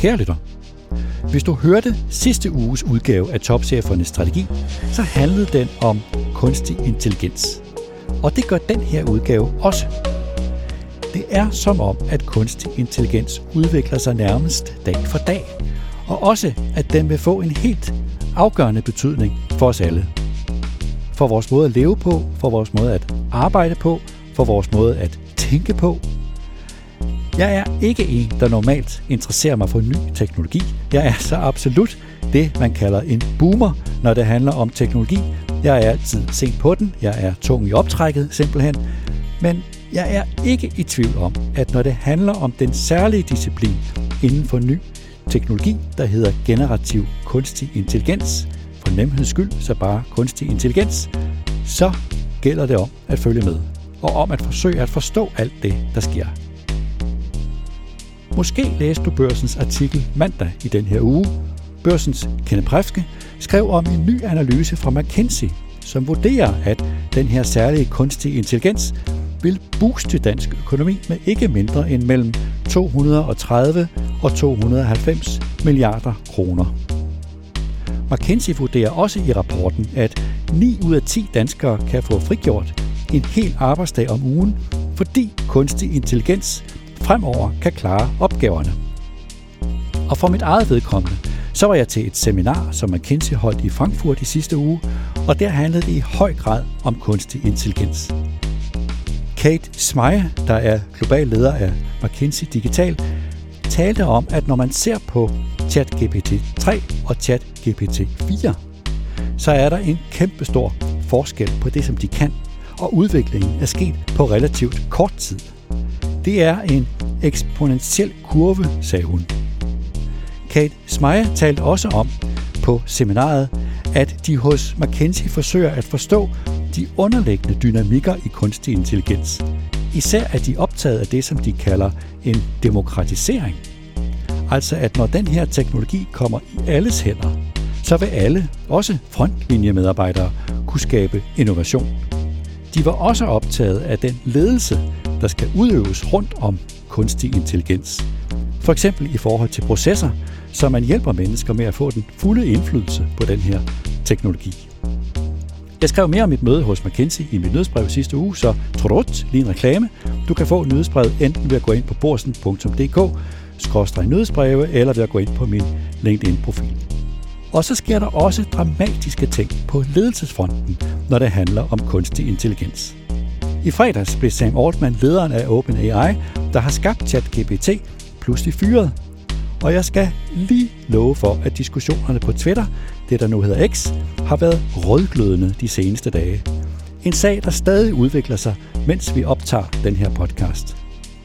Kære lytter, hvis du hørte sidste uges udgave af Topchefernes Strategi, så handlede den om kunstig intelligens. Og det gør den her udgave også. Det er som om, at kunstig intelligens udvikler sig nærmest dag for dag, og også at den vil få en helt afgørende betydning for os alle. For vores måde at leve på, for vores måde at arbejde på, for vores måde at tænke på. Jeg er ikke en, der normalt interesserer mig for ny teknologi. Jeg er så absolut det, man kalder en boomer, når det handler om teknologi. Jeg er altid sent på den. Jeg er tung i optrækket, simpelthen. Men jeg er ikke i tvivl om, at når det handler om den særlige disciplin inden for ny teknologi, der hedder generativ kunstig intelligens, for nemheds skyld, så bare kunstig intelligens, så gælder det om at følge med, og om at forsøge at forstå alt det, der sker. Måske læste du Børsens artikel mandag i den her uge. Børsens Kenneth Præfke skrev om en ny analyse fra McKinsey, som vurderer, at den her særlige kunstige intelligens vil booste dansk økonomi med ikke mindre end mellem 230 og 290 milliarder kroner. McKinsey vurderer også i rapporten, at 9 ud af 10 danskere kan få frigjort en hel arbejdsdag om ugen, fordi kunstig intelligens fremover kan klare opgaverne. Og for mit eget vedkommende, så var jeg til et seminar, som McKinsey holdt i Frankfurt i sidste uge, og der handlede det i høj grad om kunstig intelligens. Kate Smeyer, der er global leder af McKinsey Digital, talte om, at når man ser på ChatGPT 3 og ChatGPT 4, så er der en kæmpestor forskel på det, som de kan, og udviklingen er sket på relativt kort tid. Det er en eksponentiel kurve, sagde hun. Kate Smeyer talte også om på seminaret, at de hos McKinsey forsøger at forstå de underliggende dynamikker i kunstig intelligens. Især er de optaget af det, som de kalder en demokratisering. Altså at når den her teknologi kommer i alles hænder, så vil alle, også frontlinjemedarbejdere, kunne skabe innovation. De var også optaget af den ledelse, der skal udøves rundt om kunstig intelligens. For eksempel i forhold til processer, så man hjælper mennesker med at få den fulde indflydelse på den her teknologi. Jeg skrev mere om mit møde hos McKinsey i mit nyhedsbrev sidste uge, så trut, lige en reklame. Du kan få nyhedsbrevet enten ved at gå ind på borsen.dk/nyhedsbreve eller ved at gå ind på min LinkedIn-profil. Og så sker der også dramatiske ting på ledelsesfronten, når det handler om kunstig intelligens. I fredags blev Sam Altman, lederen af OpenAI, der har skabt ChatGPT, pludselig fyret. Og jeg skal lige love for, at diskussionerne på Twitter, det der nu hedder X, har været rødglødende de seneste dage. En sag, der stadig udvikler sig, mens vi optager den her podcast.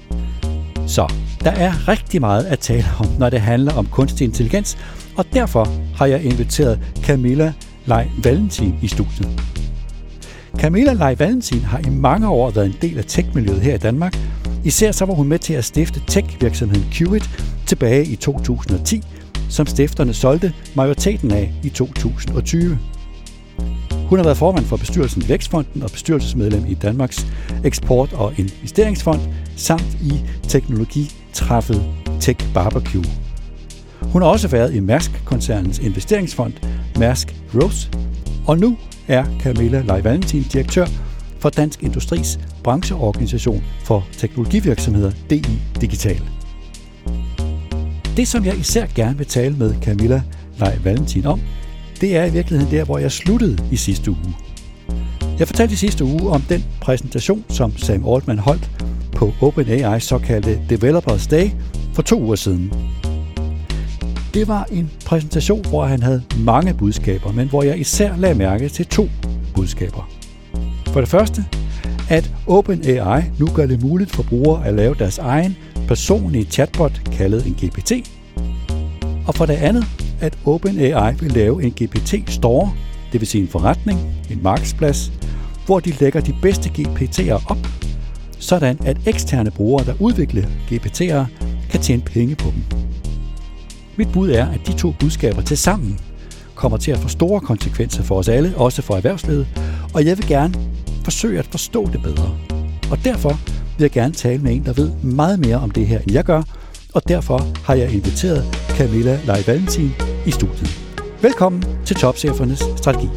Så der er rigtig meget at tale om, når det handler om kunstig intelligens, og derfor har jeg inviteret Camilla Lei Valentin i studiet. Camilla Lei Valentin har i mange år været en del af tech-miljøet her i Danmark. Især så var hun med til at stifte tech-virksomheden Qubit tilbage i 2010, som stifterne solgte majoriteten af i 2020. Hun har været formand for bestyrelsen i Vækstfonden og bestyrelsesmedlem i Danmarks Eksport- og Investeringsfond, samt i teknologitræffet Tech Barbecue. Hun har også været i Mærsk-koncernens investeringsfond, Mærsk Growth, og nu er Camilla Lei Valentin direktør for Dansk Industris brancheorganisation for teknologivirksomheder, DI Digital. Det, som jeg især gerne vil tale med Camilla Lei Valentin om, det er i virkeligheden der, hvor jeg sluttede i sidste uge. Jeg fortalte i sidste uge om den præsentation, som Sam Altman holdt på OpenAI's såkaldte Developers Day for 2 uger siden. Det var en præsentation, hvor han havde mange budskaber, men hvor jeg især lagde mærke til 2 budskaber. For det første, at OpenAI nu gør det muligt for brugere at lave deres egen personlige chatbot, kaldet en GPT. Og for det andet, at OpenAI vil lave en GPT-store, det vil sige en forretning, en markedsplads, hvor de lægger de bedste GPT'er op, sådan at eksterne brugere, der udvikler GPT'er, kan tjene penge på dem. Mit bud er, at de 2 budskaber til sammen kommer til at få store konsekvenser for os alle, også for erhvervslivet, og jeg vil gerne forsøge at forstå det bedre. Og derfor vil jeg gerne tale med en, der ved meget mere om det her, end jeg gør, og derfor har jeg inviteret Camilla Leigh Valentin i studiet. Velkommen til Topchefernes Strategi.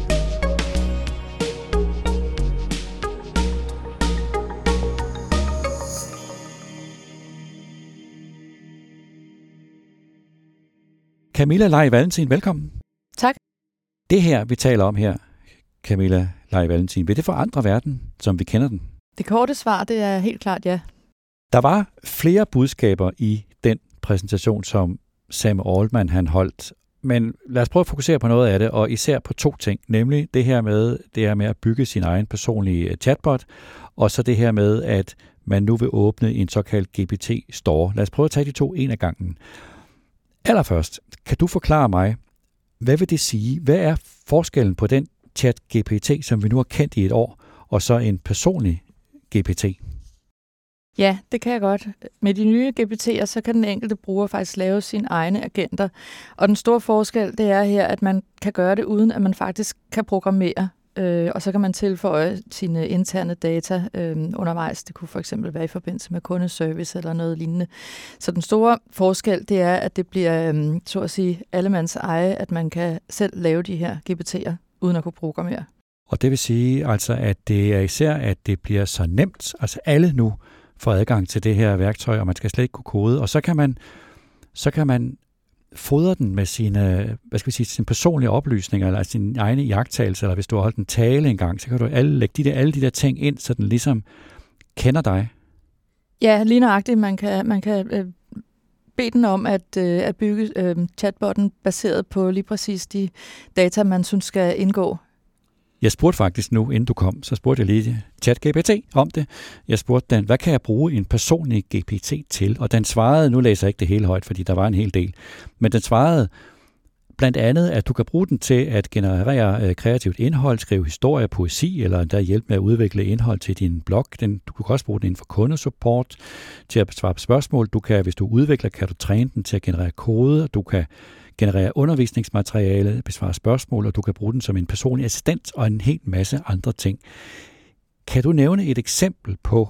Camilla Leigh Valentin, velkommen. Tak. Det her, vi taler om her, Camilla Leigh Valentin, vil det forandre verden, som vi kender den? Det korte svar, det er helt klart ja. Der var flere budskaber i den præsentation, som Sam Altman han holdt. Men lad os prøve at fokusere på noget af det, og især på to ting, nemlig det her med at bygge sin egen personlige chatbot, og så det her med, at man nu vil åbne en såkaldt GPT-store. Lad os prøve at tage de to en af gangen. Allerførst, kan du forklare mig, hvad vil det sige? Hvad er forskellen på den chat-GPT, som vi nu har kendt i et år, og så en personlig GPT? Ja, det kan jeg godt. Med de nye GPT'er, så kan den enkelte bruger faktisk lave sine egne agenter. Og den store forskel, det er her, at man kan gøre det, uden at man faktisk kan programmere. Og så kan man tilføje sine interne data undervejs. Det kunne for eksempel være i forbindelse med kundeservice eller noget lignende. Så den store forskel, det er, at det bliver, så at sige, allemands eje, at man kan selv lave de her GPT'er, uden at kunne programmere. Og det vil sige altså, at det er især, at det bliver så nemt. Altså alle nu får adgang til det her værktøj, og man skal slet ikke kunne kode. Og så kan man fodre den med sine personlige oplysninger, eller sine egne iagttagelser, eller hvis du har holdt en tale engang, så kan du lægge alle de der ting ind, så den ligesom kender dig. Ja, lige nøjagtigt. Man kan bede den om at bygge chatbotten baseret på lige præcis de data, man synes skal indgå. Jeg spurgte faktisk nu, inden du kom, så spurgte jeg lige ChatGPT om det. Jeg spurgte den, hvad kan jeg bruge en personlig GPT til? Og den svarede, nu læser jeg ikke det hele højt, fordi der var en hel del, men den svarede blandt andet, at du kan bruge den til at generere kreativt indhold, skrive historie, poesi, eller endda hjælpe med at udvikle indhold til din blog. Du kan også bruge den inden for kundesupport, til at besvare spørgsmål. Hvis du udvikler, kan du træne den til at generere kode, og du kan generere undervisningsmateriale, besvare spørgsmål, og du kan bruge den som en personlig assistent og en hel masse andre ting. Kan du nævne et eksempel på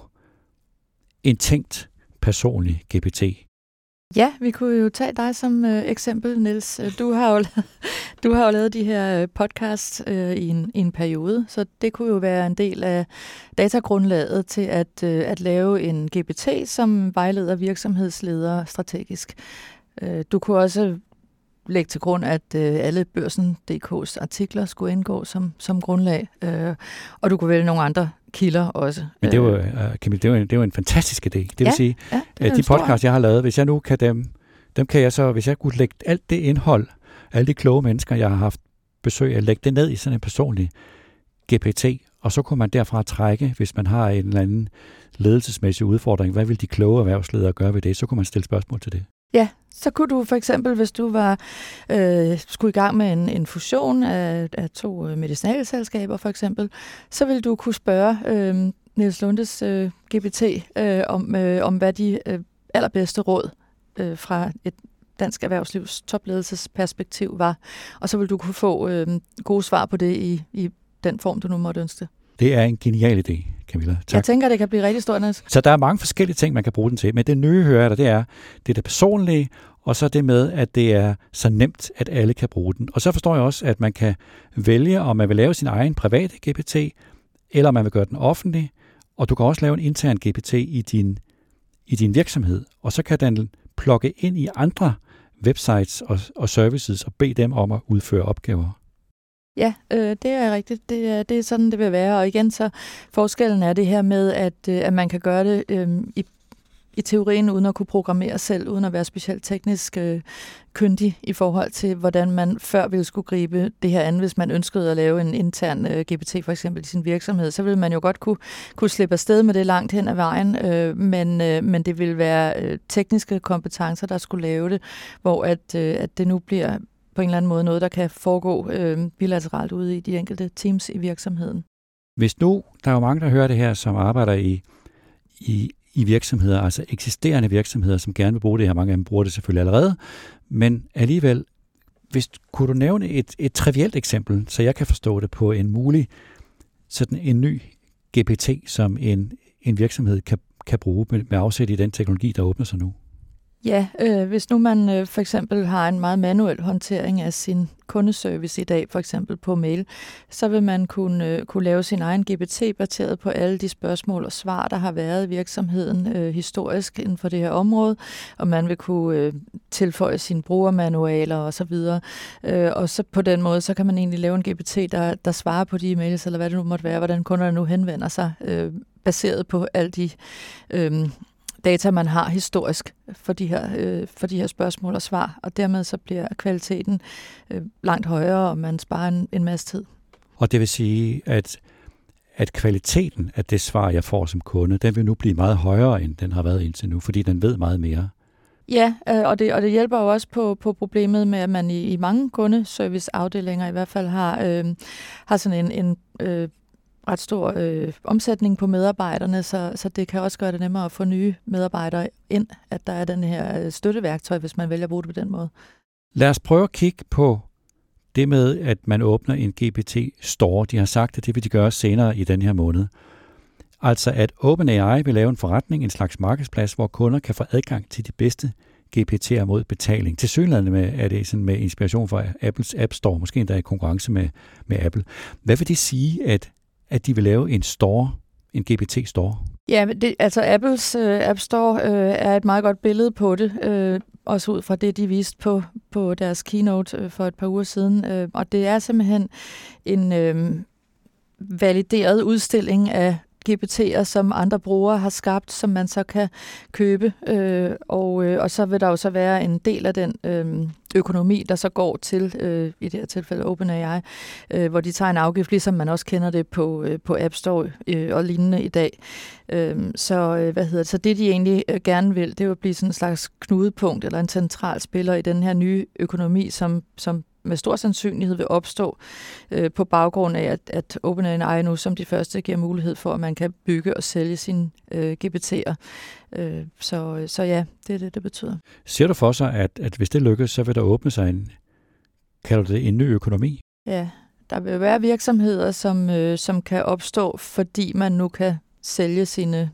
en tænkt personlig GPT? Ja, vi kunne jo tage dig som eksempel, Niels. Du har jo lavet de her podcasts i en periode, så det kunne jo være en del af datagrundlaget til at lave en GPT, som vejleder virksomhedsledere strategisk. Du kunne også lægge til grund, at alle Børsen.dk's artikler skulle indgå som grundlag, og du kunne vælge nogle andre kilder også. Men det er jo en fantastisk idé. Det vil sige, at de podcasts, jeg har lavet, hvis jeg nu kan dem kan jeg så, hvis jeg kunne lægge alt det indhold, alle de kloge mennesker, jeg har haft besøg af, lægge det ned i sådan en personlig GPT, og så kunne man derfra trække, hvis man har en eller anden ledelsesmæssig udfordring, hvad vil de kloge erhvervsledere gøre ved det, så kunne man stille spørgsmål til det. Ja, så kunne du for eksempel, hvis du skulle i gang med en fusion af to medicinalselskaber for eksempel, så ville du kunne spørge Niels Lundes GPT om hvad de allerbedste råd fra et dansk erhvervslivs topledelsesperspektiv var. Og så vil du kunne få gode svar på det i den form, du nu måtte ønske. Det er en genial idé, Camilla. Tak. Jeg tænker, det kan blive rigtig stort. Så der er mange forskellige ting, man kan bruge den til. Men det nye, hører jeg, det er det personlige, og så det med, at det er så nemt, at alle kan bruge den. Og så forstår jeg også, at man kan vælge, om man vil lave sin egen private GPT, eller om man vil gøre den offentlig. Og du kan også lave en intern GPT i din virksomhed. Og så kan den plukke ind i andre websites og services og bede dem om at udføre opgaver. Ja, det er rigtigt. Det er sådan, det vil være. Og igen, så forskellen er det her med, at man kan gøre det i teorien uden at kunne programmere selv, uden at være specielt teknisk kyndig i forhold til, hvordan man før ville skulle gribe det her an, hvis man ønskede at lave en intern GPT for eksempel i sin virksomhed. Så ville man jo godt kunne slippe afsted med det langt hen ad vejen, men det ville være tekniske kompetencer, der skulle lave det, hvor at det nu bliver på en eller anden måde noget, der kan foregå bilateralt ude i de enkelte teams i virksomheden. Hvis nu, der er jo mange, der hører det her, som arbejder i virksomheder, altså eksisterende virksomheder, som gerne vil bruge det her. Mange af dem bruger det selvfølgelig allerede, men alligevel, kunne du nævne et trivielt eksempel, så jeg kan forstå det på en mulig, sådan en ny GPT, som en virksomhed kan bruge med afsæt i den teknologi, der åbner sig nu? Ja, hvis nu man for eksempel har en meget manuel håndtering af sin kundeservice i dag, for eksempel på mail, så vil man kunne lave sin egen GPT baseret på alle de spørgsmål og svar, der har været i virksomheden historisk inden for det her område, og man vil kunne tilføje sine brugermanualer og så videre. Og så på den måde, så kan man egentlig lave en GPT, der svarer på de e-mails, eller hvad det nu måtte være, hvordan kunderne nu henvender sig, baseret på alle de data, man har historisk for de her spørgsmål og svar, og dermed så bliver kvaliteten langt højere, og man sparer en masse tid. Og det vil sige, at kvaliteten af det svar, jeg får som kunde, den vil nu blive meget højere, end den har været indtil nu, fordi den ved meget mere. Ja, og det hjælper jo også på problemet med, at man i mange kundeserviceafdelinger i hvert fald har sådan en ret stor omsætning på medarbejderne, så det kan også gøre det nemmere at få nye medarbejdere ind, at der er den her støtteværktøj, hvis man vælger at bruge det på den måde. Lad os prøve at kigge på det med, at man åbner en GPT-store. De har sagt, at det vil de gøre senere i den her måned. Altså at OpenAI vil lave en forretning, en slags markedsplads, hvor kunder kan få adgang til de bedste GPT'er mod betaling. Tilsyneladende er det sådan med inspiration fra Apples App Store, måske endda i konkurrence med Apple. Hvad vil det sige, at de vil lave en store, en GPT-store? Ja, altså Apples App Store er et meget godt billede på det, også ud fra det, de viste på deres keynote for et par uger siden. Og det er simpelthen en valideret udstilling af GPT'er, som andre brugere har skabt, som man så kan købe. Og så vil der jo så være en del af den økonomi, der så går til, i det her tilfælde OpenAI, hvor de tager en afgift, ligesom man også kender det på App Store og lignende i dag. Så det de egentlig gerne vil, det vil blive sådan en slags knudepunkt eller en central spiller i den her nye økonomi, som med stor sandsynlighed vil opstå på baggrund af, at OpenAI nu som de første giver mulighed for, at man kan bygge og sælge sine GPT'er. Så ja, det er det betyder. Ser du for sig, at hvis det lykkes, så vil der åbne sig kalder du det en ny økonomi? Ja, der vil være virksomheder, som kan opstå, fordi man nu kan sælge sine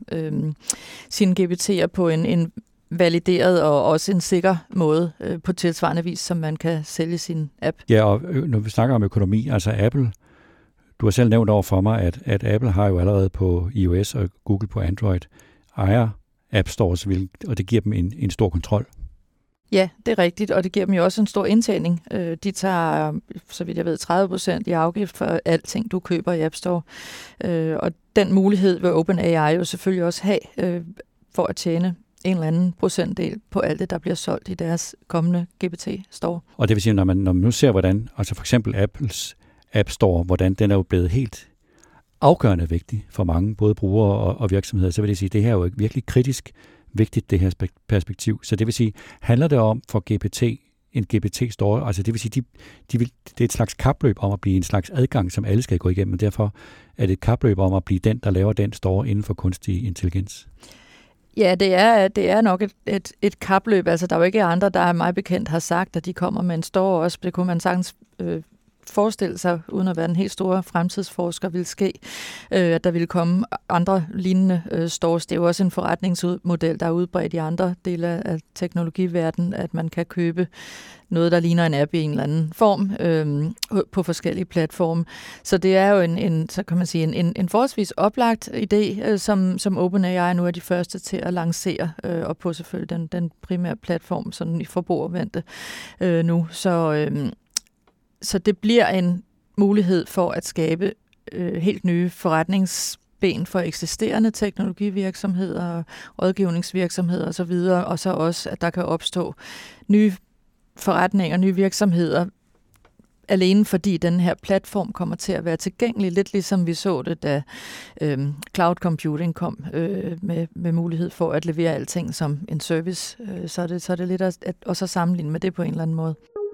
GPT'er på en valideret og også en sikker måde på tilsvarende vis, som man kan sælge sin app. Ja, og når vi snakker om økonomi, altså Apple, du har selv nævnt over for mig, at Apple har jo allerede på iOS og Google på Android ejer App Stores, og det giver dem en stor kontrol. Ja, det er rigtigt, og det giver dem jo også en stor indtjening. De tager, så vidt jeg ved, 30% i afgift for alting, du køber i App Store. Og den mulighed vil OpenAI jo selvfølgelig også have for at tjene en eller anden procentdel på alt det, der bliver solgt i deres kommende GPT-store. Og det vil sige, når man nu ser, hvordan, altså for eksempel Apples App Store, hvordan den er jo blevet helt afgørende vigtig for mange, både brugere og virksomheder, så vil det sige, at det her er jo virkelig kritisk vigtigt, det her perspektiv. Så det vil sige, handler det om for en GPT-store, altså det vil sige, det er et slags kapløb om at blive en slags adgang, som alle skal gå igennem, og derfor er det et kapløb om at blive den, der laver den store inden for kunstig intelligens. Ja, det er nok et kapløb. Altså, der er jo ikke andre, der er meget bekendt har sagt, at de kommer med en store også. Det kunne man sagtens forestille sig, uden at være en helt store fremtidsforsker, ville ske, at der ville komme andre lignende stores. Det er jo også en forretningsmodel, der er udbredt i andre dele af teknologiverdenen, at man kan købe noget, der ligner en app i en eller anden form på forskellige platforme. Så det er jo så kan man sige, en forholdsvis oplagt idé, som OpenAI nu er de første til at lancere, og på selvfølgelig den primære platform, sådan i forbrugervendte nu. Så det bliver en mulighed for at skabe helt nye forretningsben for eksisterende teknologivirksomheder, rådgivningsvirksomheder osv., og så også, at der kan opstå nye forretninger, nye virksomheder, alene fordi den her platform kommer til at være tilgængelig, lidt ligesom vi så det, da cloud computing kom med mulighed for at levere alting som en service. Så er det lidt at også sammenligne med det på en eller anden måde.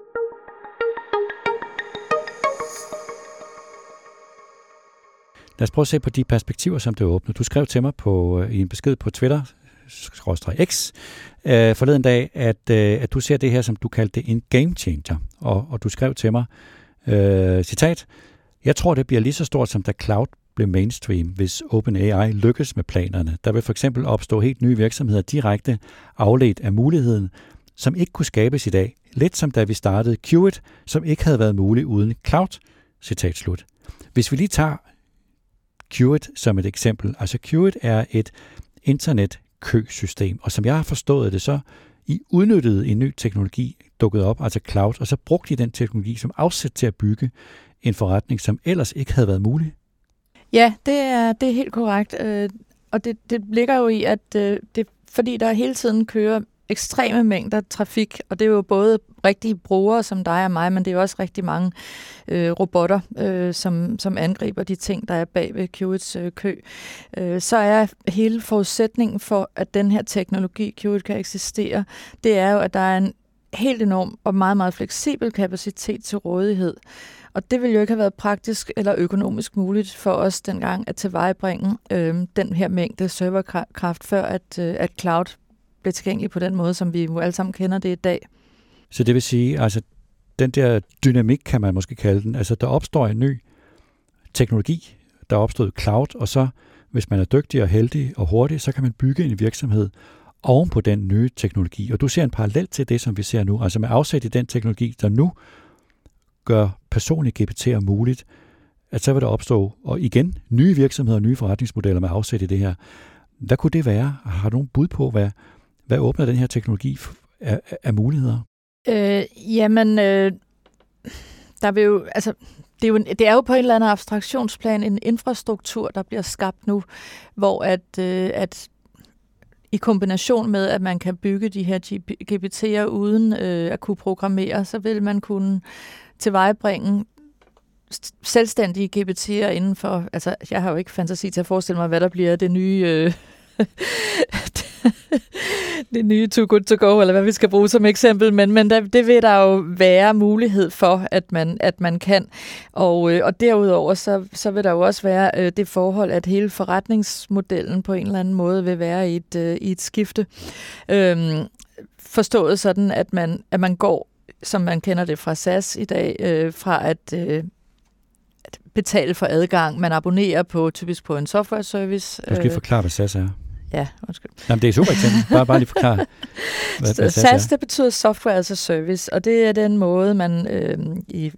Lad os prøve at se på de perspektiver, som det åbner. Du skrev til mig i en besked på Twitter, /X, forleden dag, at du ser det her, som du kaldte en game changer. Og du skrev til mig, citat, jeg tror, det bliver lige så stort, som da cloud blive mainstream, hvis OpenAI lykkes med planerne. Der vil for eksempel opstå helt nye virksomheder direkte afledt af muligheden, som ikke kunne skabes i dag. Lidt som da vi startede Qt, som ikke havde været muligt uden cloud. Citat slut. Hvis vi lige tager Qt som et eksempel. Altså Qt er et internetkøsystem, og som jeg har forstået det, så I udnyttede en ny teknologi dukket op, altså cloud, og så brugte I den teknologi som afsæt til at bygge en forretning, som ellers ikke havde været mulig. Ja, det er helt korrekt. Og det ligger jo i, at det fordi der hele tiden kører ekstreme mængder trafik, og det er jo både rigtige brugere som dig og mig, men det er jo også rigtig mange robotter, som angriber de ting, der er bag ved Qt's kø. Så er hele forudsætningen for, at den her teknologi, Qt, kan eksistere, det er jo, at der er en helt enorm og meget, meget fleksibel kapacitet til rådighed. Og det ville jo ikke have været praktisk eller økonomisk muligt for os dengang at tilvejebringe den her mængde serverkraft, før at cloud blev tilgængelig på den måde, som vi jo alle sammen kender det i dag. Så det vil sige, altså den der dynamik, kan man måske kalde den, altså der opstår en ny teknologi, der opstod cloud, og så, hvis man er dygtig og heldig og hurtig, så kan man bygge en virksomhed oven på den nye teknologi. Og du ser en parallel til det, som vi ser nu, altså med afsæt i den teknologi, der nu gør personlige GPT'er muligt, at så vil der opstå, og igen, nye virksomheder og nye forretningsmodeller med afsæt i det her. Hvad kunne det være? Har du nogen bud på, hvad åbner den her teknologi af muligheder? Der vil jo, altså, det er jo på en eller anden abstraktionsplan en infrastruktur, der bliver skabt nu, hvor at i kombination med, at man kan bygge de her GPT'er uden at kunne programmere, så vil man kunne tilvejebringe selvstændige GPT'er inden for, altså jeg har jo ikke fantasi til at forestille mig, hvad der bliver det nye det nye Too Good To Go, eller hvad vi skal bruge som eksempel, men det vil der jo være mulighed for, at man kan. Og derudover, så vil der jo også være det forhold, at hele forretningsmodellen på en eller anden måde vil være i et skifte. Forstået sådan, at man går, som man kender det fra SaaS i dag, fra at betale for adgang. Man abonnerer typisk på en software service. Du skal lige forklare, hvad SaaS er. Ja, undskyld. Jamen, det er super eksempel. Bare lige forklare, hvad SaaS er. Det betyder software as a service, og det er den måde, man i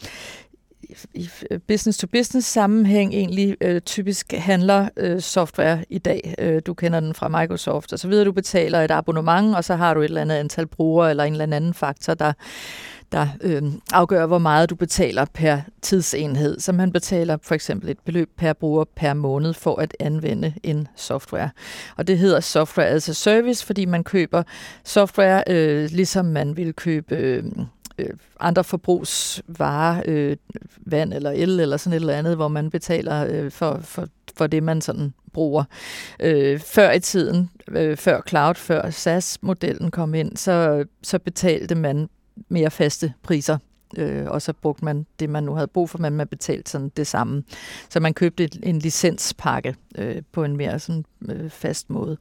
business-to-business sammenhæng egentlig typisk handler software i dag. Du kender den fra Microsoft og så videre. Du betaler et abonnement, og så har du et eller andet antal brugere eller en eller anden faktor, der afgør, hvor meget du betaler per tidsenhed. Så man betaler for eksempel et beløb per bruger per måned for at anvende en software. Og det hedder software as a service, fordi man køber software, ligesom man vil købe andre forbrugsvarer, vand eller el eller sådan et eller andet, hvor man betaler for det, man sådan bruger. Før i tiden, før cloud, før SaaS-modellen kom ind, så betalte man mere faste priser, og så brugte man det, man nu havde brug for, men man betalte sådan det samme. Så man købte en licenspakke på en mere sådan fast måde.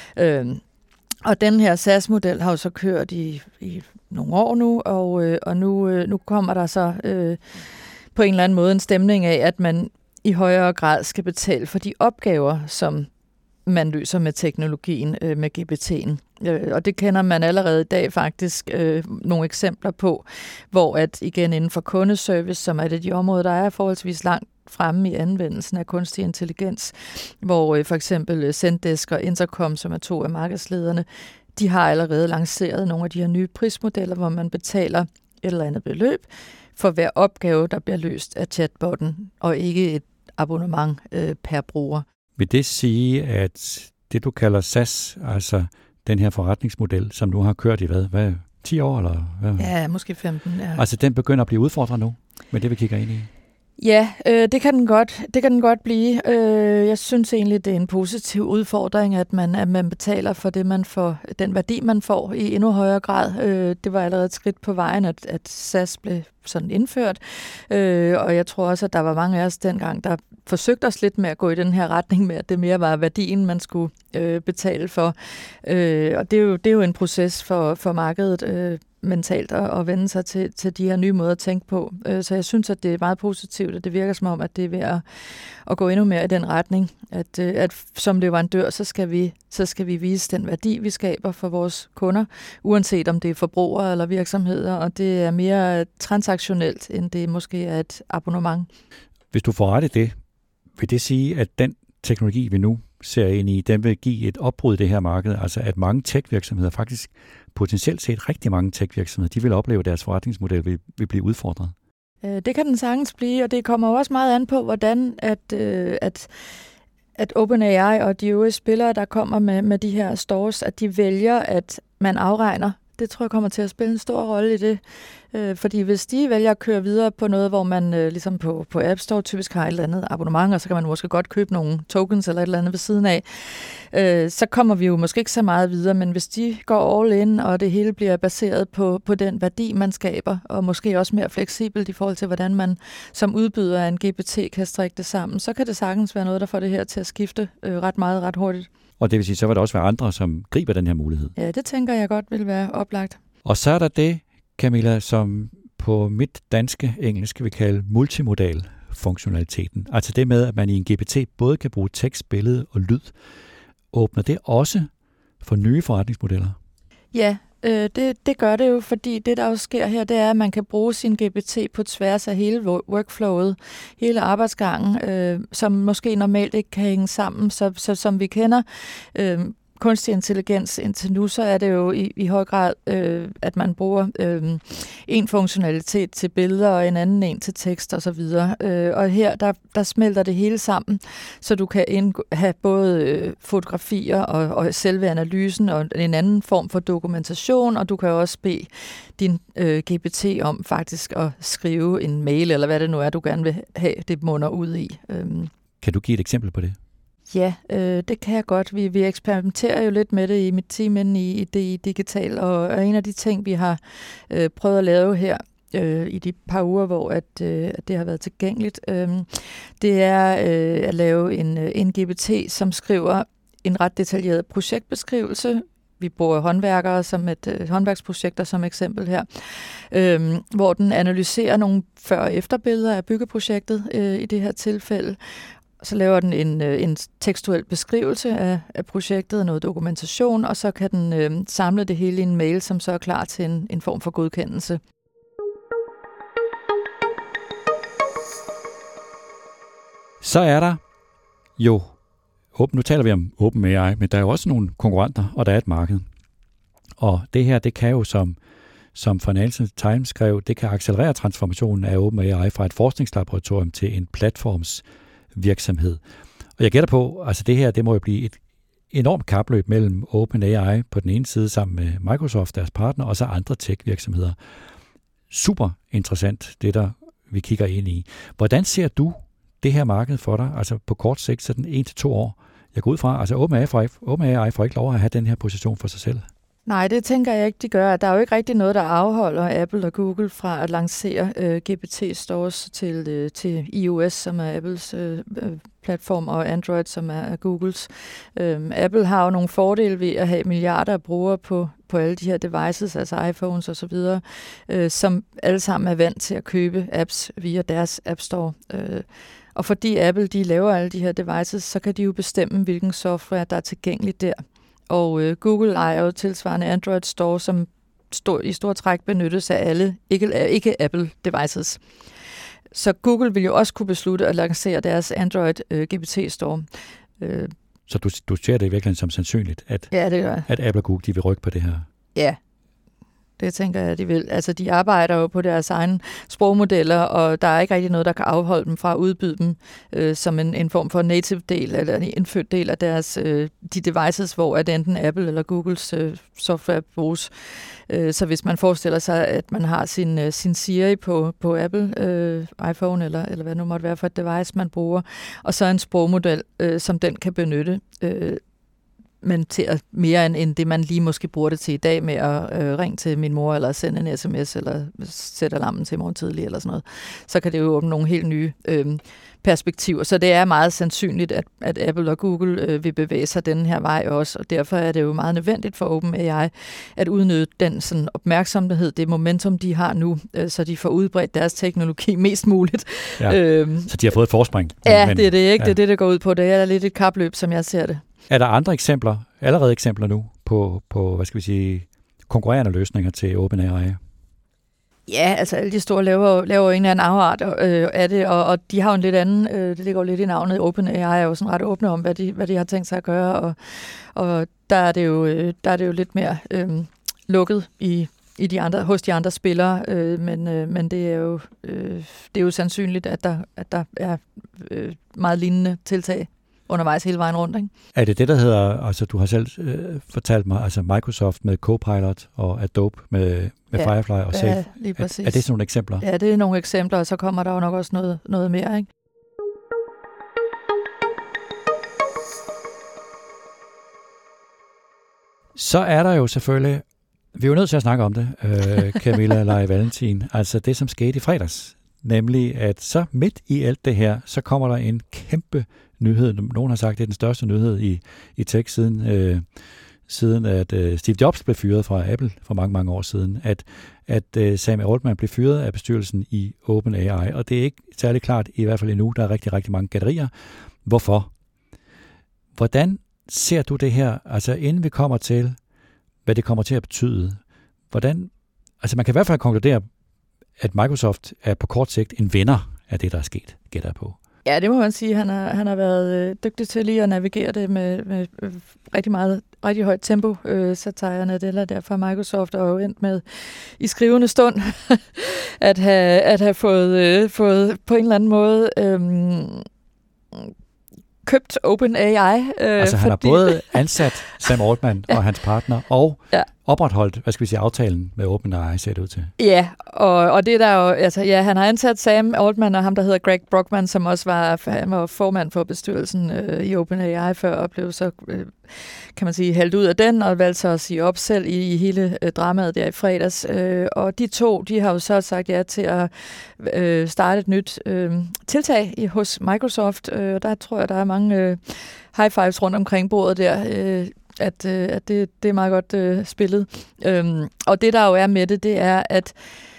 Og den her SaaS-model har jo så kørt i nogle år nu, og nu kommer der så på en eller anden måde en stemning af, at man i højere grad skal betale for de opgaver, som man løser med teknologien, med GPT'en. Og det kender man allerede i dag faktisk nogle eksempler på, hvor at igen inden for kundeservice, som er det de områder, der er forholdsvis langt fremme i anvendelsen af kunstig intelligens, hvor for eksempel Zendesk og Intercom, som er 2 af markedslederne, de har allerede lanceret nogle af de her nye prismodeller, hvor man betaler et eller andet beløb for hver opgave, der bliver løst af chatbotten, og ikke et abonnement per bruger. Vil det sige, at det du kalder SaaS, altså den her forretningsmodel, som nu har kørt i hvad 10 år? Eller hvad? Ja, måske 15. Ja. Altså den begynder at blive udfordret nu, med det vi kigger ind i? Ja, det kan den godt blive. Jeg synes egentlig, det er en positiv udfordring, at man betaler for det, man får, den værdi, man får i endnu højere grad. Det var allerede et skridt på vejen, at SaaS blev sådan indført. Og jeg tror også, at der var mange af os dengang, der forsøgte os lidt med at gå i den her retning med, at det mere var værdien, man skulle betale for. Og det er jo en proces for markedet mentalt at vende sig til de her nye måder at tænke på. Så jeg synes, at det er meget positivt, og det virker som om, at det er ved at gå endnu mere i den retning, at som leverandør, så skal vi vise den værdi, vi skaber for vores kunder, uanset om det er forbrugere eller virksomheder, og det er mere transaktionelt, end det måske er et abonnement. Hvis du får ret i det, vil det sige, at den teknologi, vi nu ser ind i, den vil give et opbrud i det her marked, altså at mange tech-virksomheder, faktisk potentielt set rigtig mange tech-virksomheder, de vil opleve, at deres forretningsmodel vil blive udfordret? Det kan den sagtens blive, og det kommer jo også meget an på, hvordan at OpenAI og de øvrige spillere, der kommer med de her stores, at de vælger, at man afregner. Det tror jeg kommer til at spille en stor rolle i det. Fordi hvis de vælger at køre videre på noget, hvor man ligesom på App Store typisk har et eller andet abonnement, og så kan man måske godt købe nogle tokens eller et eller andet ved siden af, så kommer vi jo måske ikke så meget videre. Men hvis de går all in, og det hele bliver baseret på den værdi, man skaber, og måske også mere fleksibelt i forhold til, hvordan man som udbyder af en GPT kan strikke det sammen, så kan det sagtens være noget, der får det her til at skifte ret meget, ret hurtigt. Og det vil sige, så vil der også være andre, som griber den her mulighed. Ja, det tænker jeg godt vil være oplagt. Og så er der det, Camilla, som på mit danske engelsk vil kalde multimodal funktionaliteten. Altså det med, at man i en GPT både kan bruge tekst, billede og lyd. Åbner det også for nye forretningsmodeller? Ja, det gør det jo, fordi det, der jo sker her, det er, at man kan bruge sin GPT på tværs af hele workflowet, hele arbejdsgangen, som måske normalt ikke kan hænge sammen. Så som vi kender kunstig intelligens indtil nu, så er det jo i høj grad, at man bruger en funktionalitet til billeder og en anden en til tekst og så videre. Og her, der smelter det hele sammen, så du kan have både fotografier og selve analysen og en anden form for dokumentation, og du kan også bede din GPT om faktisk at skrive en mail, eller hvad det nu er, du gerne vil have, det munder ud i. Kan du give et eksempel på det? Ja, det kan jeg godt. Vi eksperimenterer jo lidt med det i mit team inde i DI Digital, og en af de ting, vi har prøvet at lave her i de par uger, hvor at det har været tilgængeligt, det er at lave en GPT, som skriver en ret detaljeret projektbeskrivelse. Vi bruger håndværksprojekter som eksempel her, hvor den analyserer nogle før- og efterbilleder af byggeprojektet i det her tilfælde. Så laver den en tekstuel beskrivelse af projektet og noget dokumentation, og så kan den samle det hele i en mail, som så er klar til en form for godkendelse. Så er der jo, nu taler vi om OpenAI, men der er jo også nogle konkurrenter, og der er et marked. Og det her, det kan jo, som Financial Times skrev, det kan accelerere transformationen af OpenAI fra et forskningslaboratorium til en platformsvirksomhed. Og jeg gætter på, altså det her, det må jo blive et enormt kapløb mellem OpenAI på den ene side sammen med Microsoft, deres partner, og så andre tech-virksomheder. Super interessant, det der vi kigger ind i. Hvordan ser du det her marked for dig, altså på kort sigt, sådan 1 til 2 år? Jeg går ud fra, altså OpenAI får ikke lov at have den her position for sig selv. Nej, det tænker jeg ikke, de gør. Der er jo ikke rigtig noget, der afholder Apple og Google fra at lancere GPT-stores til iOS, som er Apples platform, og Android, som er Googles. Apple har jo nogle fordele ved at have milliarder af brugere på alle de her devices, altså iPhones og så videre, som alle sammen er vant til at købe apps via deres App Store. Og fordi Apple de laver alle de her devices, så kan de jo bestemme, hvilken software, der er tilgængelig der. Og Google ejer jo tilsvarende Android Store, som i stor træk benyttes af alle ikke Apple devices. Så Google vil jo også kunne beslutte at lancere deres Android GPT Store. Så du ser det virkelig som sandsynligt, at Apple og Google de vil rykke på det her? Ja, det tænker jeg, de vil. Altså, de arbejder jo på deres egne sprogmodeller, og der er ikke rigtig noget, der kan afholde dem fra at udbyde dem som en form for native del, eller en indfødt del af deres de devices, hvor at enten Apple eller Googles software bruges. Så hvis man forestiller sig, at man har sin Siri på Apple iPhone, eller hvad det nu måtte være for et device, man bruger, og så en sprogmodel, som den kan benytte, men til at mere end det, man lige måske bruger det til i dag med at ringe til min mor, eller sende en sms, eller sætte alarmen til morgen tidlig, eller sådan noget. Så kan det jo åbne nogle helt nye perspektiver. Så det er meget sandsynligt, at Apple og Google vil bevæge sig den her vej også, og derfor er det jo meget nødvendigt for OpenAI at udnytte den sådan opmærksomhed, det momentum, de har nu, så de får udbredt deres teknologi mest muligt. Ja, så de har fået et forspring. Ja, det er det ikke. Ja. Det er det går ud på. Det er lidt et kapløb, som jeg ser det. Er der andre eksempler, allerede eksempler nu, på hvad skal vi sige, konkurrerende løsninger til OpenAI? Ja, altså alle de store laver en eller anden afart af det, og de har jo en lidt anden, det ligger jo lidt i navnet, OpenAI er jo sådan ret åbne om, hvad de har tænkt sig at gøre, og der er det jo lidt mere lukket hos de andre spillere, men det er jo sandsynligt, at der er meget lignende tiltag undervejs hele vejen rundt, ikke? Er det, der hedder, altså du har selv fortalt mig, altså Microsoft med Copilot og Adobe med Firefly og Safe. Ja, lige præcis. Er det sådan nogle eksempler? Ja, det er nogle eksempler, og så kommer der jo nok også noget mere, ikke? Så er der jo selvfølgelig, vi er jo nødt til at snakke om det, Camilla Leje Valentin, altså det, som skete i fredags, nemlig at så midt i alt det her, så kommer der en kæmpe nyhed. Nogen har sagt, det er den største nyhed i tech siden at Steve Jobs blev fyret fra Apple for mange, mange år siden, at Sam Altman blev fyret af bestyrelsen i OpenAI, og det er ikke særlig klart, i hvert fald endnu, der er rigtig, rigtig mange gætterier. Hvorfor? Hvordan ser du det her, altså inden vi kommer til, hvad det kommer til at betyde, altså man kan i hvert fald konkludere, at Microsoft er på kort sigt en vinder af det, der er sket, gætter jeg på. Ja, det må man sige. Han har været dygtig til lige at navigere det med rigtig højt tempo. Satya Nadella der fra Microsoft og jo endt med i skrivende stund at have fået på en eller anden måde købt OpenAI. Altså han har både ansat Sam Altman og hans partner og opretholdt, aftalen med OpenAI, ser det ud til. Ja, og det der jo, altså ja, han har ansat Sam Altman og ham, der hedder Greg Brockman, som også var formand for bestyrelsen i OpenAI før, og blev så, kan man sige, hældt ud af den, og valgte så at sige op selv i hele dramaet der i fredags. Og de to, de har jo så sagt ja til at starte et nyt tiltag hos Microsoft, og der tror jeg, der er mange high fives rundt omkring bordet der, at det er meget godt spillet. Og det, der jo er med det er, at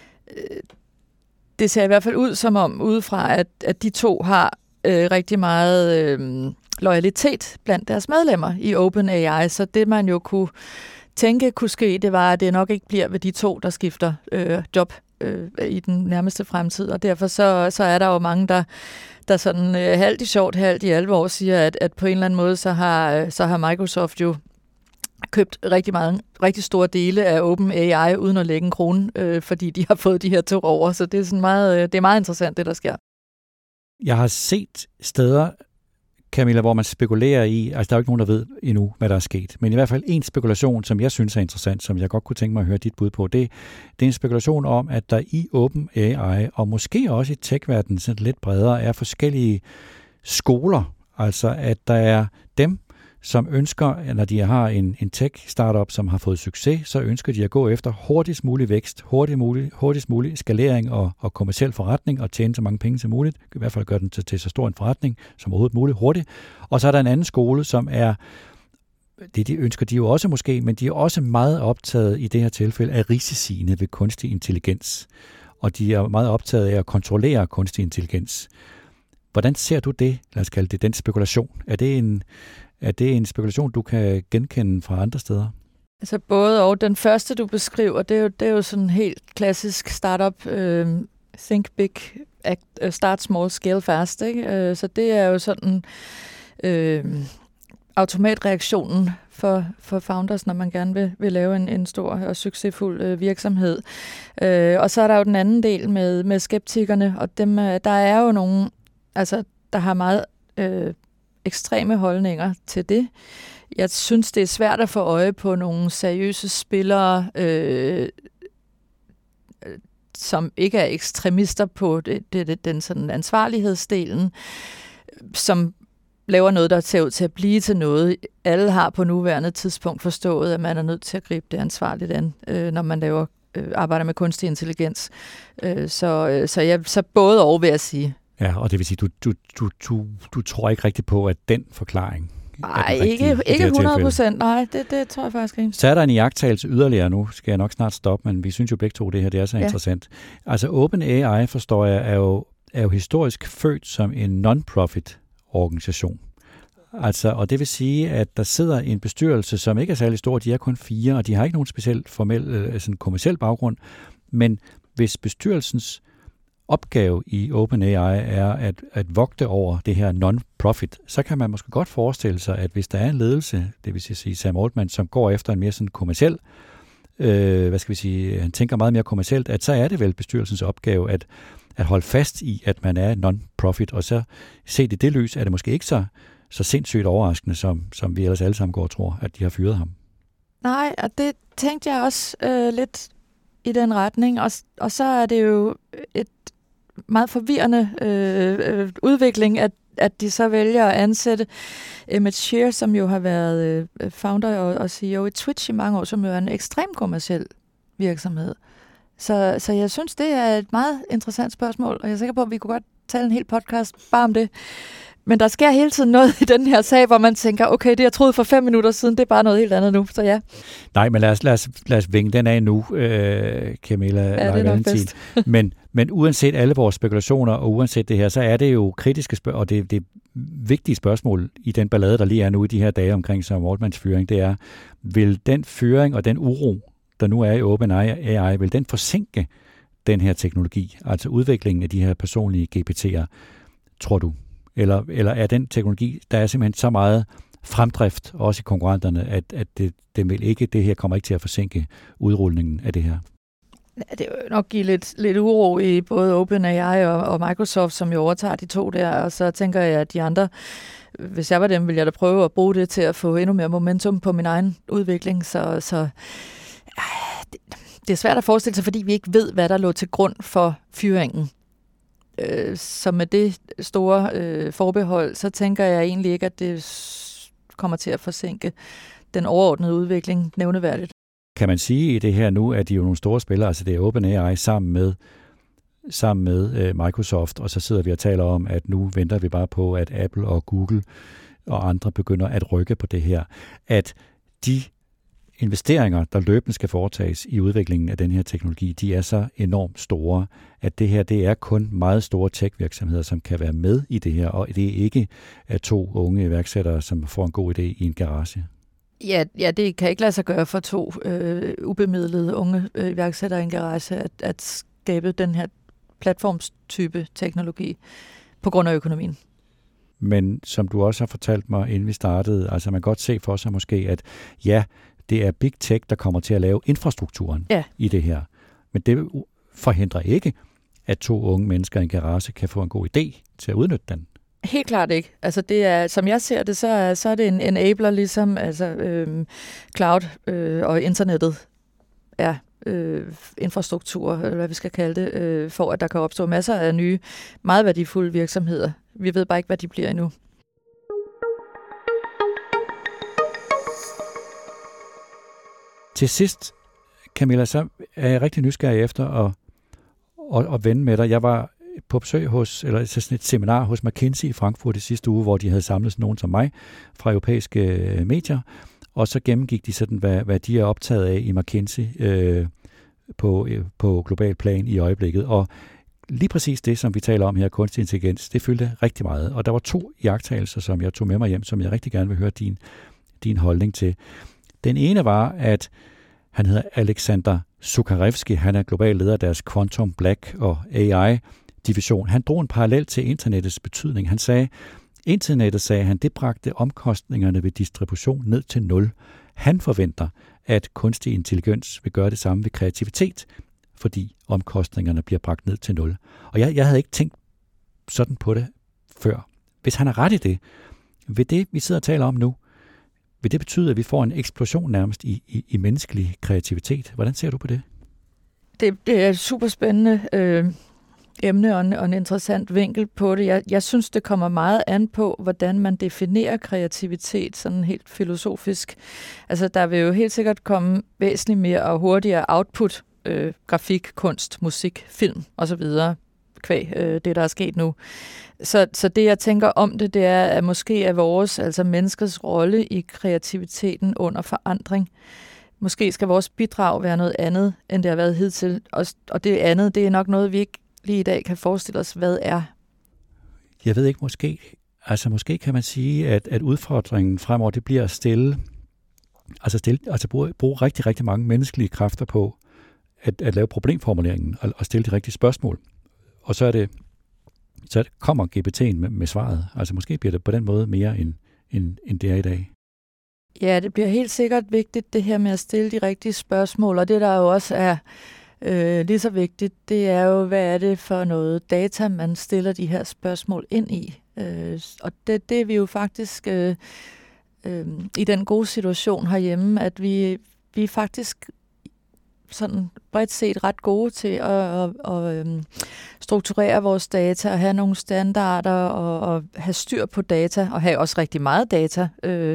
det ser i hvert fald ud som om, udefra, at de to har rigtig meget loyalitet blandt deres medlemmer i OpenAI, så det man jo kunne tænke kunne ske, det var, at det nok ikke bliver ved de to, der skifter job i den nærmeste fremtid, og derfor så er der jo mange, der sådan halvt i sjovt, halvt i alvor siger, at på en eller anden måde, så har Microsoft jo købt rigtig store dele af OpenAI uden at lægge en krone, fordi de har fået de her to over, så det er sådan det er meget interessant, det der sker. Jeg har set steder, Camilla, hvor man spekulerer i, altså der er jo ikke nogen, der ved endnu, hvad der er sket, men i hvert fald en spekulation, som jeg synes er interessant, som jeg godt kunne tænke mig at høre dit bud på, det er en spekulation om, at der i OpenAI, og måske også i tech-verdenen sådan lidt bredere, er forskellige skoler, altså at der er dem, som ønsker, når de har en tech-startup, som har fået succes, så ønsker de at gå efter hurtigst mulig vækst, hurtigst mulig skalering og kommerciel forretning, og tjene så mange penge som muligt, i hvert fald gøre den til så stor en forretning som overhovedet muligt hurtigt. Og så er der en anden skole, som er, det de ønsker de jo også måske, men de er også meget optaget i det her tilfælde af risiciene ved kunstig intelligens. Og de er meget optaget af at kontrollere kunstig intelligens. Hvordan ser du det, lad os kalde det, den spekulation? Er det en spekulation, du kan genkende fra andre steder? Altså både og. Den første, du beskriver, det er jo sådan helt klassisk startup, think big, start small, scale fast, ikke? Så det er jo sådan automatreaktionen for founders, når man gerne vil lave en stor og succesfuld virksomhed. Og så er der jo den anden del med skeptikerne, og dem, der er jo nogen, altså der har meget ekstreme holdninger til det. Jeg synes, det er svært at få øje på nogle seriøse spillere, som ikke er ekstremister på den sådan ansvarlighedsdelen, som laver noget, der ser ud til at blive til noget. Alle har på nuværende tidspunkt forstået, at man er nødt til at gribe det ansvarligt an, når man arbejder med kunstig intelligens. Så både og, vil jeg sige. Ja, og det vil sige, du tror ikke rigtig på, at den forklaring Nej, ikke 100%. Nej, det tror jeg faktisk ikke. Så er der en iagttagelse yderligere nu, skal jeg nok snart stoppe, men vi synes jo begge to, det her det er så interessant. Altså OpenAI, forstår jeg, er jo historisk født som en non-profit organisation. Altså, og det vil sige, at der sidder en bestyrelse, som ikke er særlig stor, de er kun 4, og de har ikke nogen speciel formel, kommerciel baggrund, men hvis bestyrelsens opgave i OpenAI er at vogte over det her non-profit, så kan man måske godt forestille sig, at hvis der er en ledelse, det vil sige Sam Altman, som går efter en mere sådan kommerciel, han tænker meget mere kommercielt, at så er det vel bestyrelsens opgave at holde fast i, at man er non-profit, og så set i det lys, er det måske ikke så sindssygt overraskende, som vi ellers alle sammen går og tror, at de har fyret ham. Nej, og det tænkte jeg også lidt i den retning, og så er det jo et meget forvirrende udvikling, at de så vælger at ansætte Emmett Shear, som jo har været founder og CEO i Twitch i mange år, som jo er en ekstremt kommerciel virksomhed. Så jeg synes, det er et meget interessant spørgsmål, og jeg er sikker på, at vi kunne godt tale en hel podcast bare om det. Men der sker hele tiden noget i den her sag, hvor man tænker, okay, det jeg troede for 5 minutter siden, det er bare noget helt andet nu, så ja. Nej, men lad os vinge den af nu, Camilla Valentin. Men uanset alle vores spekulationer, og uanset det her, så er det jo kritiske og det vigtige spørgsmål i den ballade, der lige er nu i de her dage omkring Sam Altmans fyring, det er, vil den fyring og den uro, der nu er i OpenAI, vil den forsinke den her teknologi, altså udviklingen af de her personlige GPT'er, tror du? Eller er den teknologi, der er simpelthen så meget fremdrift, også i konkurrenterne, at det her kommer ikke til at forsinke udrulningen af det her? Det vil nok give lidt uro i både OpenAI og Microsoft, som jo overtager de to der, og så tænker jeg, at de andre, hvis jeg var dem, ville jeg da prøve at bruge det til at få endnu mere momentum på min egen udvikling, så det er svært at forestille sig, fordi vi ikke ved, hvad der lå til grund for fyringen. Så med det store forbehold, så tænker jeg egentlig ikke, at det kommer til at forsinke den overordnede udvikling nævneværdigt. Kan man sige i det her nu, at de er jo nogle store spillere, altså det er OpenAI sammen med Microsoft, og så sidder vi og taler om, at nu venter vi bare på, at Apple og Google og andre begynder at rykke på det her. At de investeringer, der løbende skal foretages i udviklingen af den her teknologi, de er så enormt store, at det her, det er kun meget store tech-virksomheder, som kan være med i det her, og det er ikke 2 unge iværksættere, som får en god idé i en garage. Ja, det kan ikke lade sig gøre for 2 ubemidlede unge iværksættere i en garage at skabe den her platformstype teknologi på grund af økonomien. Men som du også har fortalt mig, inden vi startede, altså man kan godt se for sig måske, at ja, det er Big Tech, der kommer til at lave infrastrukturen i det her. Men det forhindrer ikke, at 2 unge mennesker i en garage kan få en god idé til at udnytte den. Helt klart ikke. Altså det er, som jeg ser det, så er det en enabler, ligesom cloud og internettet er infrastruktur, eller hvad vi skal kalde det, for at der kan opstå masser af nye, meget værdifulde virksomheder. Vi ved bare ikke, hvad de bliver endnu. Til sidst, Camilla, så er jeg rigtig nysgerrig efter at vende med dig. Jeg var på besøg sådan et seminar hos McKinsey i Frankfurt i sidste uge, hvor de havde samlet nogen som mig fra europæiske medier, og så gennemgik de sådan, hvad de er optaget af i McKinsey på global plan i øjeblikket. Og lige præcis det, som vi taler om her, kunstig intelligens, det fyldte rigtig meget. Og der var 2 iagttagelser, som jeg tog med mig hjem, som jeg rigtig gerne vil høre din holdning til. Den ene var, at han hedder Alexander Zuckarevsky, han er global leder af deres Quantum Black og AI-division. Han drog en parallel til internettets betydning. Han sagde, det bragte omkostningerne ved distribution ned til 0. Han forventer, at kunstig intelligens vil gøre det samme ved kreativitet, fordi omkostningerne bliver bragt ned til 0. Og jeg havde ikke tænkt sådan på det før. Hvis han har ret i det, ved det, vi sidder og taler om nu, vil det betyde, at vi får en eksplosion nærmest i menneskelig kreativitet? Hvordan ser du på det? Det er super spændende. emne og en interessant vinkel på det. Jeg synes, det kommer meget an på, hvordan man definerer kreativitet, sådan helt filosofisk. Altså, der vil jo helt sikkert komme væsentligt mere og hurtigere output, grafik, kunst, musik, film osv., kvæg det, der er sket nu. Så det, jeg tænker om det er, at måske er vores, altså menneskers rolle i kreativiteten under forandring. Måske skal vores bidrag være noget andet, end det har været hidtil. Og det andet, det er nok noget, vi ikke lige i dag kan forestille os, hvad er. Jeg ved ikke, måske kan man sige, at udfordringen fremover, det bliver at bruge rigtig, rigtig mange menneskelige kræfter på at lave problemformuleringen og stille de rigtige spørgsmål. Og så kommer GPT'en med svaret. Altså måske bliver det på den måde mere end det er i dag. Ja, det bliver helt sikkert vigtigt, det her med at stille de rigtige spørgsmål. Og det, der jo også er lige så vigtigt, det er jo, hvad er det for noget data, man stiller de her spørgsmål ind i. Og det er vi jo faktisk i den gode situation herhjemme, at vi er faktisk sådan bredt set ret gode til at strukturere vores data og have nogle standarder og have styr på data og have også rigtig meget data.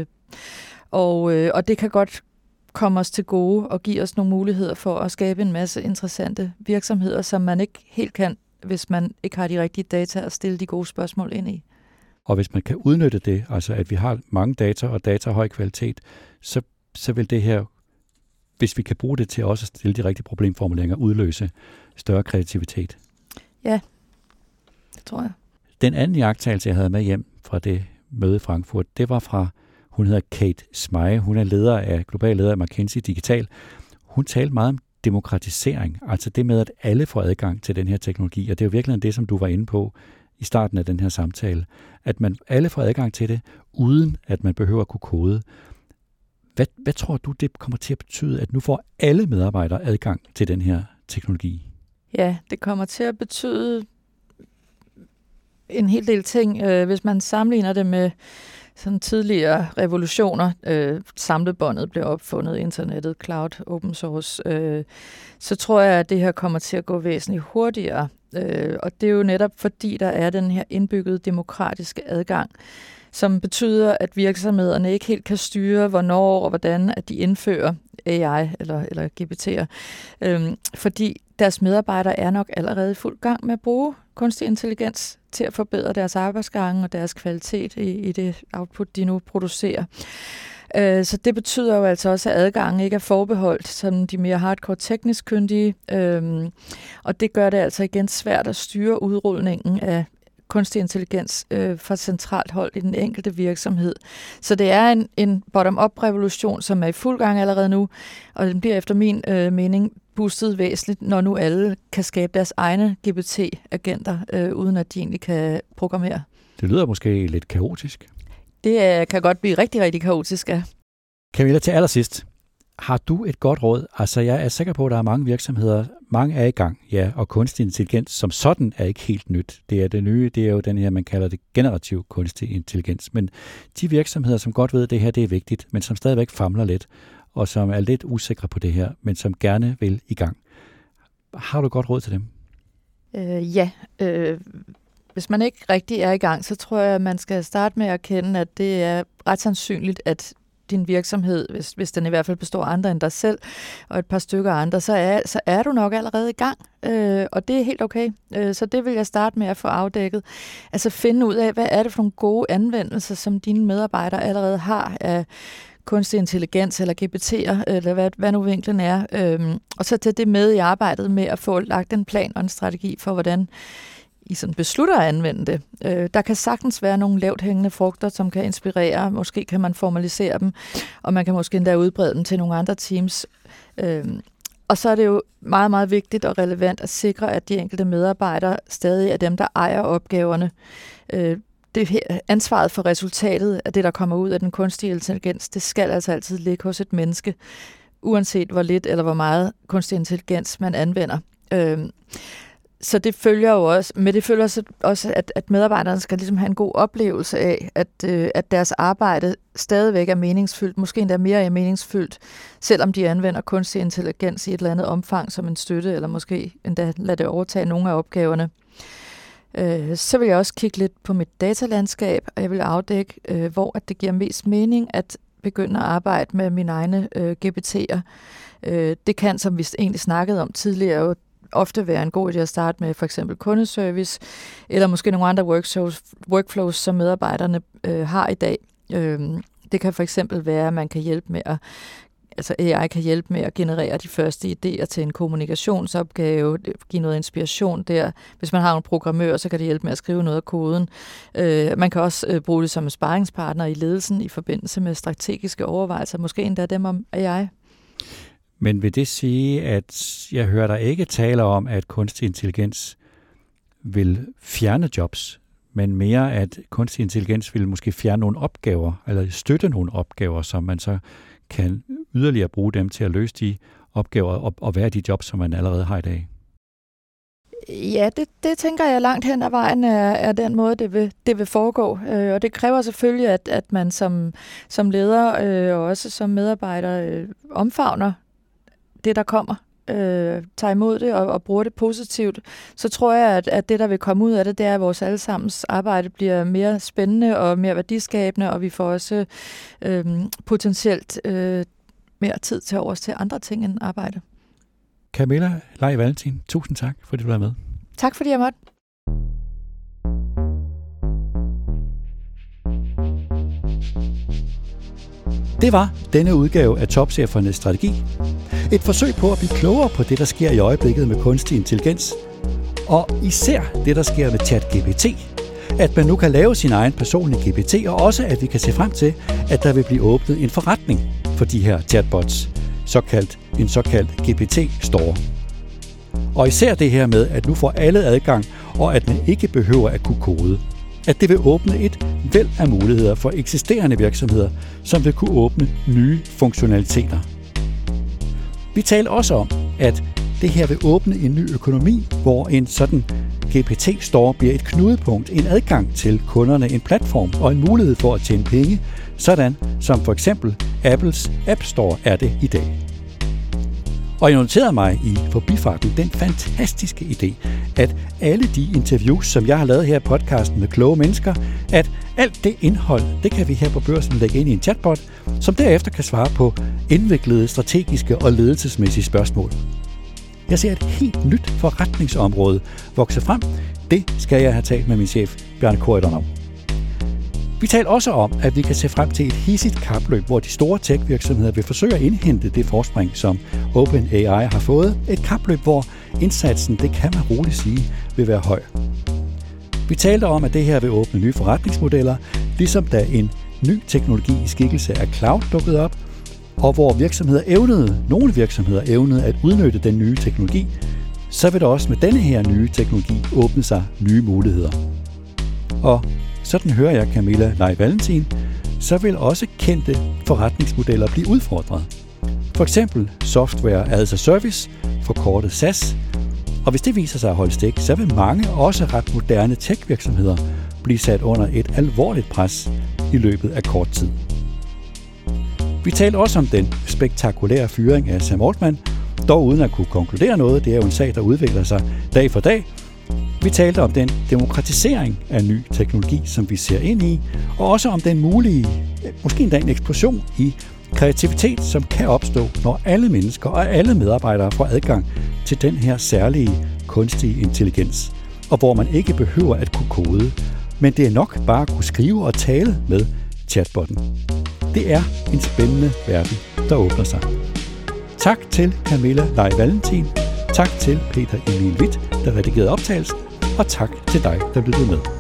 Og det kan godt komme os til gode og give os nogle muligheder for at skabe en masse interessante virksomheder, som man ikke helt kan, hvis man ikke har de rigtige data at stille de gode spørgsmål ind i. Og hvis man kan udnytte det, altså at vi har mange data og data af høj kvalitet, så vil det her, hvis vi kan bruge det til også at stille de rigtige problemformuleringer, udløse større kreativitet. Ja, det tror jeg. Den anden iagttagelse, jeg havde med hjem fra det møde i Frankfurt, det var fra, hun hedder Kate Smeje, hun er global leder af McKinsey Digital. Hun talte meget om demokratisering, altså det med, at alle får adgang til den her teknologi, og det er jo virkelig det, som du var inde på i starten af den her samtale, at alle får adgang til det, uden at man behøver at kunne kode. Hvad tror du, det kommer til at betyde, at nu får alle medarbejdere adgang til den her teknologi? Ja, det kommer til at betyde en hel del ting, hvis man sammenligner det med sådan tidligere revolutioner. Samlebåndet blev opfundet, internettet, cloud, open source. Så tror jeg, at det her kommer til at gå væsentligt hurtigere. Og det er jo netop fordi, der er den her indbyggede demokratiske adgang, som betyder, at virksomhederne ikke helt kan styre, hvornår og hvordan at de indfører AI eller GPT'er. Fordi deres medarbejdere er nok allerede i fuld gang med at bruge kunstig intelligens til at forbedre deres arbejdsgange og deres kvalitet i det output, de nu producerer. Så det betyder jo altså også, at adgangen ikke er forbeholdt som de mere hardcore teknisk kyndige, og det gør det altså igen svært at styre udrulningen af kunstig intelligens fra centralt hold i den enkelte virksomhed. Så det er en bottom-up-revolution, som er i fuld gang allerede nu, og den bliver efter min mening boostet væsentligt, når nu alle kan skabe deres egne GPT-agenter, uden at de egentlig kan programmere. Det lyder måske lidt kaotisk. Det kan godt blive rigtig, rigtig kaotisk, ja. Camilla, til allersidst, har du et godt råd? Altså, jeg er sikker på, at der er mange virksomheder, mange er i gang, ja, og kunstig intelligens som sådan er ikke helt nyt. Det er det nye, det er jo den her, man kalder det generativ kunstig intelligens. Men de virksomheder, som godt ved, at det her det er vigtigt, men som stadigvæk famler lidt, og som er lidt usikre på det her, men som gerne vil i gang. Har du et godt råd til dem? Ja. Hvis man ikke rigtig er i gang, så tror jeg, at man skal starte med at erkende, at det er ret sandsynligt, at din virksomhed, hvis den i hvert fald består af andre end dig selv, og et par stykker andre, så er du nok allerede i gang. Og det er helt okay. Så det vil jeg starte med at få afdækket. Altså finde ud af, hvad er det for nogle gode anvendelser, som dine medarbejdere allerede har af kunstig intelligens eller GPT'er, eller hvad nu vinklen er. Og så tage det med i arbejdet med at få lagt en plan og en strategi for, hvordan I sådan beslutter at anvende det. Der kan sagtens være nogle lavt hængende frugter, som kan inspirere. Måske kan man formalisere dem, og man kan måske endda udbrede dem til nogle andre teams. Og så er det jo meget, meget vigtigt og relevant at sikre, at de enkelte medarbejdere stadig er dem, der ejer opgaverne. Det ansvaret for resultatet af det, der kommer ud af den kunstige intelligens, det skal altså altid ligge hos et menneske, uanset hvor lidt eller hvor meget kunstig intelligens man anvender. Så det følger jo også, men det følger også, at medarbejderne skal ligesom have en god oplevelse af, at deres arbejde stadigvæk er meningsfyldt, måske endda mere er meningsfyldt, selvom de anvender kunstig intelligens i et eller andet omfang som en støtte, eller måske endda lade det overtage nogle af opgaverne. Så vil jeg også kigge lidt på mit datalandskab, og jeg vil afdække, hvor at det giver mest mening at begynde at arbejde med mine egne GPT'er. Det kan, som vi egentlig snakkede om tidligere, jo ofte være en god idé at starte med for eksempel kundeservice, eller måske nogle andre workflows, som medarbejderne har i dag. Det kan for eksempel være, at man kan hjælpe med AI kan hjælpe med at generere de første idéer til en kommunikationsopgave, give noget inspiration der. Hvis man har en programmør, så kan det hjælpe med at skrive noget af koden. Man kan også bruge det som en sparringspartner i ledelsen i forbindelse med strategiske overvejelser, måske endda dem om AI. Men vil det sige, at jeg hører dig ikke tale om, at kunstig intelligens vil fjerne jobs, men mere at kunstig intelligens vil måske fjerne nogle opgaver, eller støtte nogle opgaver, som man så kan yderligere bruge dem til at løse de opgaver og være de jobs, som man allerede har i dag? Ja, det tænker jeg langt hen ad vejen er den måde, det vil foregå. Og det kræver selvfølgelig, at man som leder og også som medarbejder omfavner det, der kommer, tager imod det og bruger det positivt. Så tror jeg, at det, der vil komme ud af det, det er, at vores allesammens arbejde bliver mere spændende og mere værdiskabende, og vi får også potentielt mere tid til overs til andre ting end arbejde. Camilla Lei Valentin, tusind tak, fordi du var med. Tak fordi jeg måtte. Det var denne udgave af Topchefernes Strategi. Et forsøg på at blive klogere på det, der sker i øjeblikket med kunstig intelligens, og især det, der sker med ChatGPT. At man nu kan lave sin egen personlige GPT, og også at vi kan se frem til, at der vil blive åbnet en forretning for de her chatbots, en såkaldt GPT-store. Og især det her med, at nu får alle adgang, og at man ikke behøver at kunne kode. At det vil åbne et væld af muligheder for eksisterende virksomheder, som vil kunne åbne nye funktionaliteter. Vi taler også om, at det her vil åbne en ny økonomi, hvor en sådan GPT-store bliver et knudepunkt, en adgang til kunderne, en platform og en mulighed for at tjene penge, sådan som for eksempel Apples App Store er det i dag. Og jeg noterede mig i forbifarten den fantastiske idé, at alle de interviews, som jeg har lavet her i podcasten med kloge mennesker, at alt det indhold, det kan vi her på Børsen lægge ind i en chatbot, som derefter kan svare på indviklede, strategiske og ledelsesmæssige spørgsmål. Jeg ser et helt nyt forretningsområde vokse frem. Det skal jeg have talt med min chef, Bjarne Corydon, om. Vi taler også om, at vi kan se frem til et hidsigt kapløb, hvor de store tech-virksomheder vil forsøge at indhente det forspring, som OpenAI har fået. Et kapløb, hvor indsatsen, det kan man roligt sige, vil være høj. Vi talte om, at det her vil åbne nye forretningsmodeller, ligesom da en ny teknologi i skikkelse af cloud dukkede op, og hvor nogle virksomheder evnede at udnytte den nye teknologi, så vil der også med denne her nye teknologi åbne sig nye muligheder. Og sådan hører jeg Camilla Lei Valentin, så vil også kendte forretningsmodeller blive udfordret. For eksempel software as a service, forkortet SaaS. Og hvis det viser sig at holde stik, så vil mange også ret moderne tech-virksomheder blive sat under et alvorligt pres i løbet af kort tid. Vi talte også om den spektakulære fyring af Sam Altman, dog uden at kunne konkludere noget. Det er jo en sag, der udvikler sig dag for dag. Vi talte om den demokratisering af ny teknologi, som vi ser ind i, og også om den mulige, måske endda en eksplosion i kreativitet, som kan opstå, når alle mennesker og alle medarbejdere får adgang til den her særlige kunstige intelligens, og hvor man ikke behøver at kunne kode, men det er nok bare at kunne skrive og tale med chatbotten. Det er en spændende verden, der åbner sig. Tak til Camilla Lei Valentin, tak til Peter Emil Witt, der redigerede optagelsen, og tak til dig, der lyttede med.